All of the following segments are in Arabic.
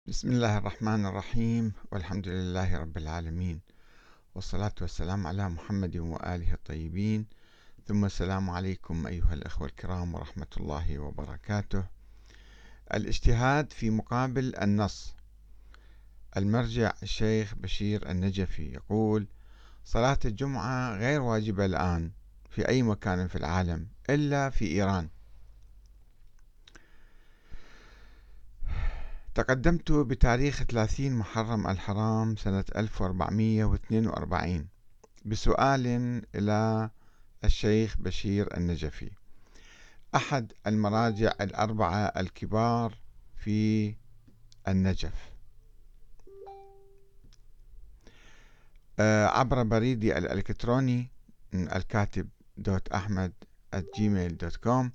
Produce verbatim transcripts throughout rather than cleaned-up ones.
بسم الله الرحمن الرحيم، والحمد لله رب العالمين، والصلاة والسلام على محمد وآله الطيبين، ثم السلام عليكم أيها الأخوة الكرام ورحمة الله وبركاته. الاجتهاد في مقابل النص. المرجع الشيخ بشير النجفي يقول: صلاة الجمعة غير واجبة الآن في أي مكان في العالم إلا في إيران. تقدمت بتاريخ ثلاثين محرم الحرام سنة ألف وأربعمئة واثنين وأربعين بسؤال إلى الشيخ بشير النجفي، أحد المراجع الأربعة الكبار في النجف، عبر بريدي الإلكتروني الكاتب دوت أحمد جيميل دوت كوم.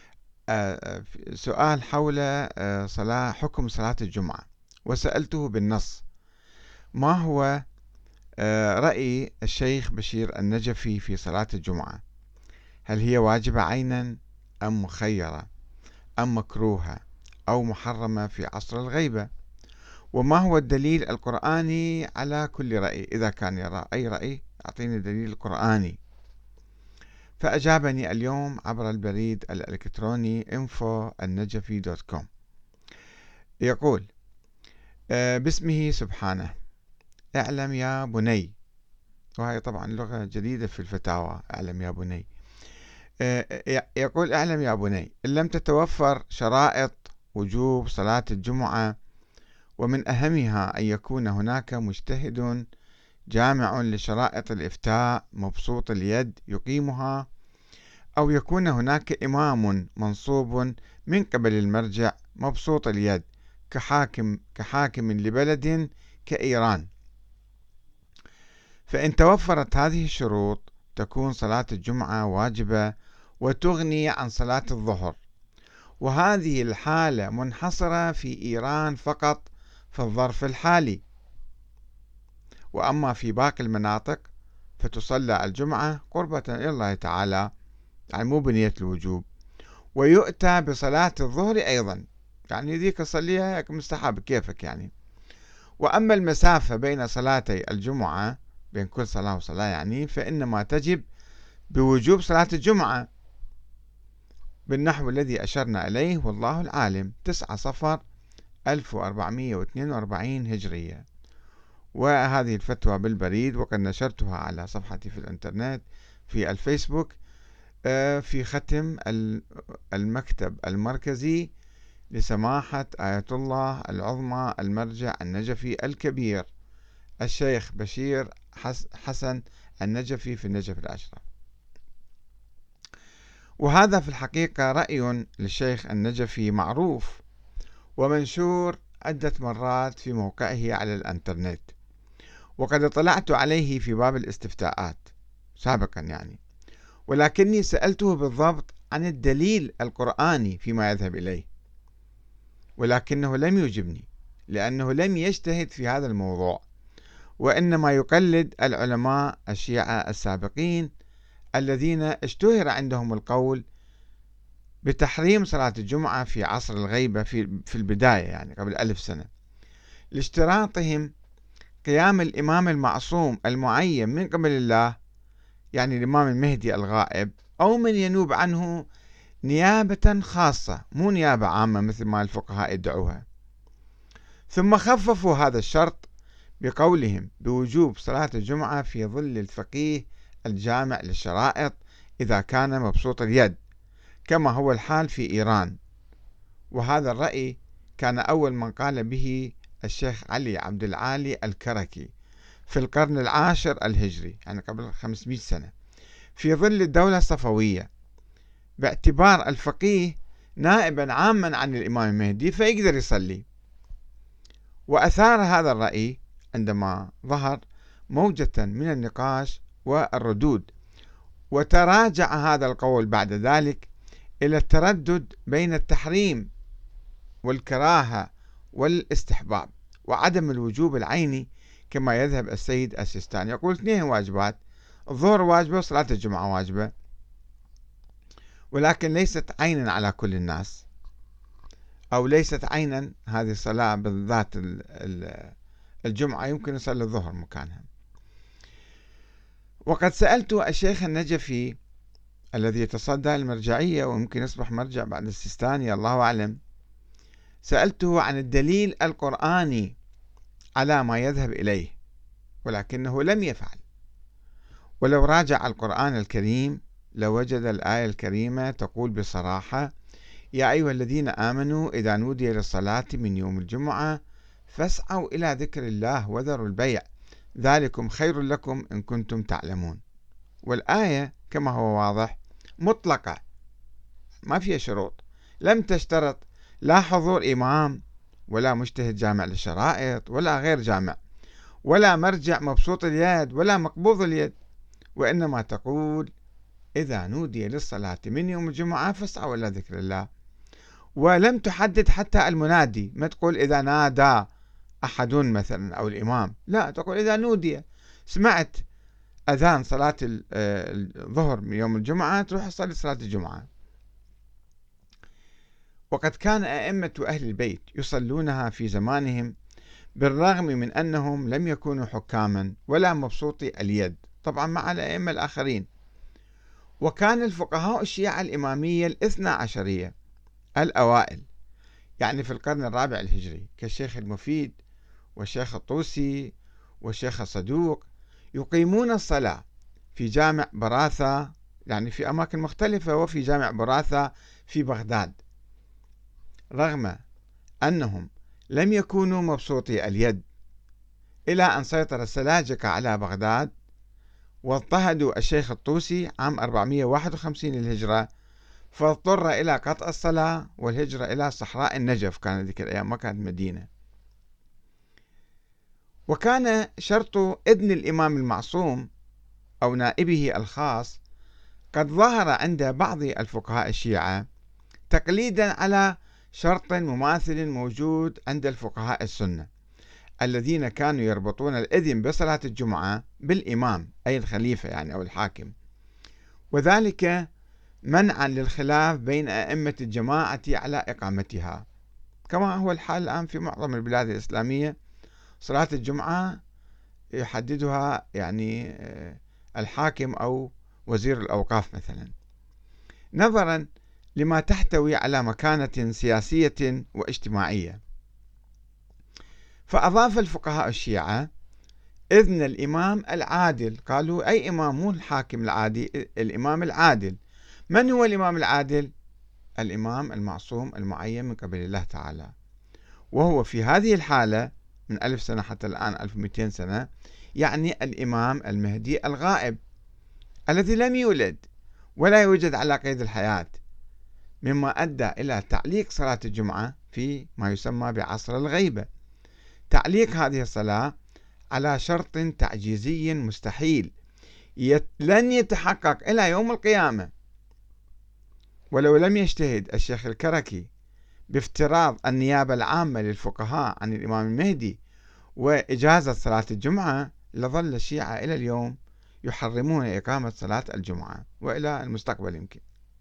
سؤال حول صلاة حكم صلاة الجمعة، وسألته بالنص: ما هو رأي الشيخ بشير النجفي في صلاة الجمعة؟ هل هي واجبة عينا أم مخيرة أم مكروهة أو محرمة في عصر الغيبة؟ وما هو الدليل القرآني على كل رأي؟ إذا كان يرى أي رأي أعطيني دليل قرآني. فأجابني اليوم عبر البريد الإلكتروني إنفو النجفي دوت كوم. يقول باسمه سبحانه: اعلم يا بني. وهي طبعا لغة جديدة في الفتاوى، اعلم يا بني. يقول: اعلم يا بني، إن لم تتوفر شرائط وجوب صلاة الجمعة، ومن أهمها أن يكون هناك مجتهد جامع لشرائط الإفتاء مبسوط اليد يقيمها، أو يكون هناك إمام منصوب من قبل المرجع مبسوط اليد كحاكم كحاكم لبلد كإيران، فإن توفرت هذه الشروط تكون صلاة الجمعة واجبة وتغني عن صلاة الظهر، وهذه الحالة منحصرة في إيران فقط في الظرف الحالي. وأما في باقي المناطق فتصلى الجمعة قربة إلى الله تعالى، يعني مو بنية الوجوب، ويؤتى بصلاة الظهر أيضا، يعني ذيك صليها مستحب كيفك يعني. وأما المسافة بين صلاتي الجمعة، بين كل صلاة وصلاة يعني، فإنما تجب بوجوب صلاة الجمعة بالنحو الذي أشرنا إليه، والله العالم. تسعة صفر ألف وأربعمئة واثنين وأربعين هجرية. وهذه الفتوى بالبريد، وقد نشرتها على صفحتي في الإنترنت في الفيسبوك في ختم المكتب المركزي لسماحة آية الله العظمى المرجع النجفي الكبير الشيخ بشير حسن النجفي في النجف الأشرف. وهذا في الحقيقة رأي للشيخ النجفي معروف ومنشور عدة مرات في موقعه على الإنترنت، وقد اطلعت عليه في باب الاستفتاءات سابقا يعني، ولكني سألته بالضبط عن الدليل القرآني فيما يذهب إليه، ولكنه لم يجبني، لأنه لم يجتهد في هذا الموضوع، وإنما يقلد العلماء الشيعة السابقين الذين اشتهر عندهم القول بتحريم صلاة الجمعة في عصر الغيبة في في البداية، يعني قبل ألف سنة، لاشتراطهم قيام الإمام المعصوم المعين من قبل الله، يعني الإمام المهدي الغائب، أو من ينوب عنه نيابة خاصة، مو نيابة عامة مثل ما الفقهاء يدعوها. ثم خففوا هذا الشرط بقولهم بوجوب صلاة الجمعة في ظل الفقيه الجامع للشرائط إذا كان مبسوط اليد، كما هو الحال في إيران. وهذا الرأي كان أول من قال به الشيخ علي عبد العالي الكركي في القرن العاشر الهجري، يعني قبل خمسمئة سنة، في ظل الدولة الصفوية، باعتبار الفقيه نائبا عاما عن الإمام المهدي فيقدر يصلي. وأثار هذا الرأي عندما ظهر موجة من النقاش والردود، وتراجع هذا القول بعد ذلك إلى التردد بين التحريم والكراهة والاستحباب وعدم الوجوب العيني، كما يذهب السيد السيستاني، يقول اثنين واجبات: الظهر واجبة وصلاة الجمعة واجبة، ولكن ليست عينا على كل الناس. أو ليست عينا هذه الصلاة بالذات الجمعة، يمكن يصلي الظهر مكانها. وقد سألت الشيخ النجفي الذي يتصدى المرجعية ويمكن يصبح مرجع بعد السيستاني الله أعلم، سألته عن الدليل القرآني على ما يذهب إليه، ولكنه لم يفعل. ولو راجع القرآن الكريم لوجد الآية الكريمة تقول بصراحة: يا أيها الذين آمنوا إذا نودي للصلاة من يوم الجمعة فاسعوا إلى ذكر الله وذروا البيع ذلكم خير لكم إن كنتم تعلمون. والآية كما هو واضح مطلقة، ما فيها شروط، لم تشترط لا حضور إمام ولا مجتهد جامع للشرائط ولا غير جامع ولا مرجع مبسوط اليد ولا مقبوض اليد، وإنما تقول: إذا نودي للصلاة من يوم الجمعة فاسعوا إلى ذكر الله. ولم تحدد حتى المنادي، ما تقول إذا نادى أحد مثلا أو الإمام، لا، تقول إذا نودي، سمعت أذان صلاة الظهر من يوم الجمعة تروح تصلي صلاة الجمعة. وقد كان أئمة أهل البيت يصلونها في زمانهم بالرغم من أنهم لم يكونوا حكاما ولا مبسوطي اليد، طبعا مع الأئمة الآخرين. وكان الفقهاء الشيعة الإمامية الاثنى عشرية الأوائل، يعني في القرن الرابع الهجري، كالشيخ المفيد والشيخ الطوسي والشيخ الصدوق، يقيمون الصلاة في جامع براثة، يعني في أماكن مختلفة، وفي جامع براثة في بغداد، رغم أنهم لم يكونوا مبسوطي اليد، إلى أن سيطر السلاجقة على بغداد واضطهدوا الشيخ الطوسي عام أربعمئة وواحد وخمسين للهجرة، فاضطر إلى قطع الصلاة والهجرة إلى صحراء النجف، كانت ذيك الأيام ما كانت مدينة. وكان شرط إذن الإمام المعصوم أو نائبه الخاص قد ظهر عند بعض الفقهاء الشيعة تقليدا على شرط مماثل موجود عند الفقهاء السنة الذين كانوا يربطون الإذن بصلاة الجمعة بالإمام أي الخليفة يعني أو الحاكم، وذلك منعا للخلاف بين أئمة الجماعة على إقامتها، كما هو الحال الآن في معظم البلاد الإسلامية. صلاة الجمعة يحددها يعني الحاكم أو وزير الأوقاف مثلا، نظرا لما تحتوي على مكانة سياسية واجتماعية. فأضاف الفقهاء الشيعة إذن الإمام العادل، قالوا أي إمام، مو الحاكم العادي، الإمام العادل. من هو الإمام العادل؟ الإمام المعصوم المعين من قبل الله تعالى، وهو في هذه الحالة من ألف سنة حتى الآن ألف ومئتين سنة، يعني الإمام المهدي الغائب الذي لم يولد ولا يوجد على قيد الحياة، مما أدى إلى تعليق صلاة الجمعة في ما يسمى بعصر الغيبة، تعليق هذه الصلاة على شرط تعجيزي مستحيل يت... لن يتحقق إلى يوم القيامة. ولو لم يجتهد الشيخ الكركي بافتراض النيابة العامة للفقهاء عن الإمام المهدي وإجازة صلاة الجمعة، لظل الشيعة إلى اليوم يحرمون إقامة صلاة الجمعة وإلى المستقبل يمكن.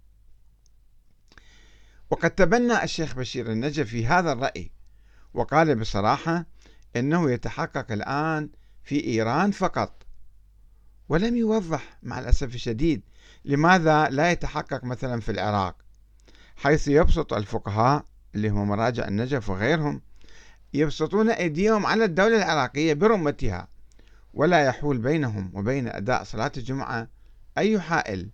وقد تبنى الشيخ بشير النجفي هذا الرأي، وقال بصراحة إنه يتحقق الآن في إيران فقط، ولم يوضح مع الأسف الشديد لماذا لا يتحقق مثلا في العراق، حيث يبسط الفقهاء اللي هم مراجع النجف وغيرهم يبسطون أيديهم على الدولة العراقية برمتها، ولا يحول بينهم وبين أداء صلاة الجمعة أي حائل،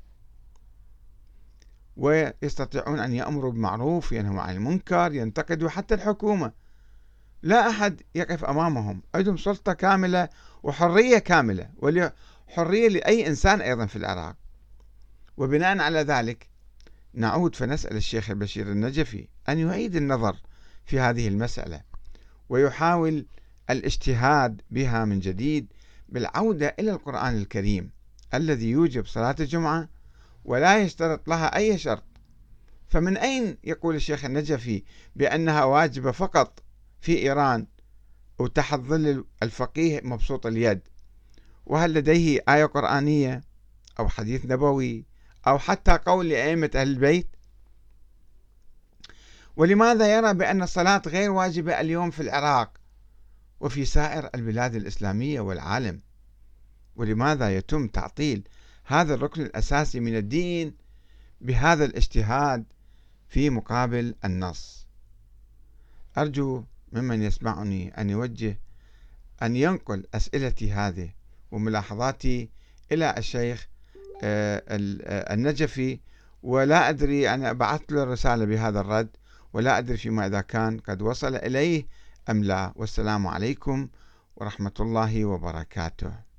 ويستطيعون أن يأمروا بالمعروف ينهوا عن المنكر، ينتقدوا حتى الحكومة، لا أحد يقف أمامهم، عندهم سلطة كاملة وحرية كاملة، وحرية لأي إنسان أيضا في العراق. وبناء على ذلك نعود فنسأل الشيخ البشير النجفي أن يعيد النظر في هذه المسألة ويحاول الاجتهاد بها من جديد بالعودة إلى القرآن الكريم الذي يوجب صلاة الجمعة ولا يشترط لها أي شرط. فمن أين يقول الشيخ النجفي بأنها واجبة فقط في إيران وتحت ظل الفقيه مبسوط اليد؟ وهل لديه آية قرآنية أو حديث نبوي أو حتى قول لأئمة أهل البيت؟ ولماذا يرى بأن الصلاة غير واجبة اليوم في العراق وفي سائر البلاد الإسلامية والعالم؟ ولماذا يتم تعطيل هذا الركن الأساسي من الدين بهذا الاجتهاد في مقابل النص؟ أرجو ممن يسمعني أن يوجه أن ينقل أسئلتي هذه وملاحظاتي إلى الشيخ النجفي، ولا أدري، أنا بعثت له رسالة بهذا الرد، ولا أدري فيما إذا كان قد وصل إليه أم لا. والسلام عليكم ورحمة الله وبركاته.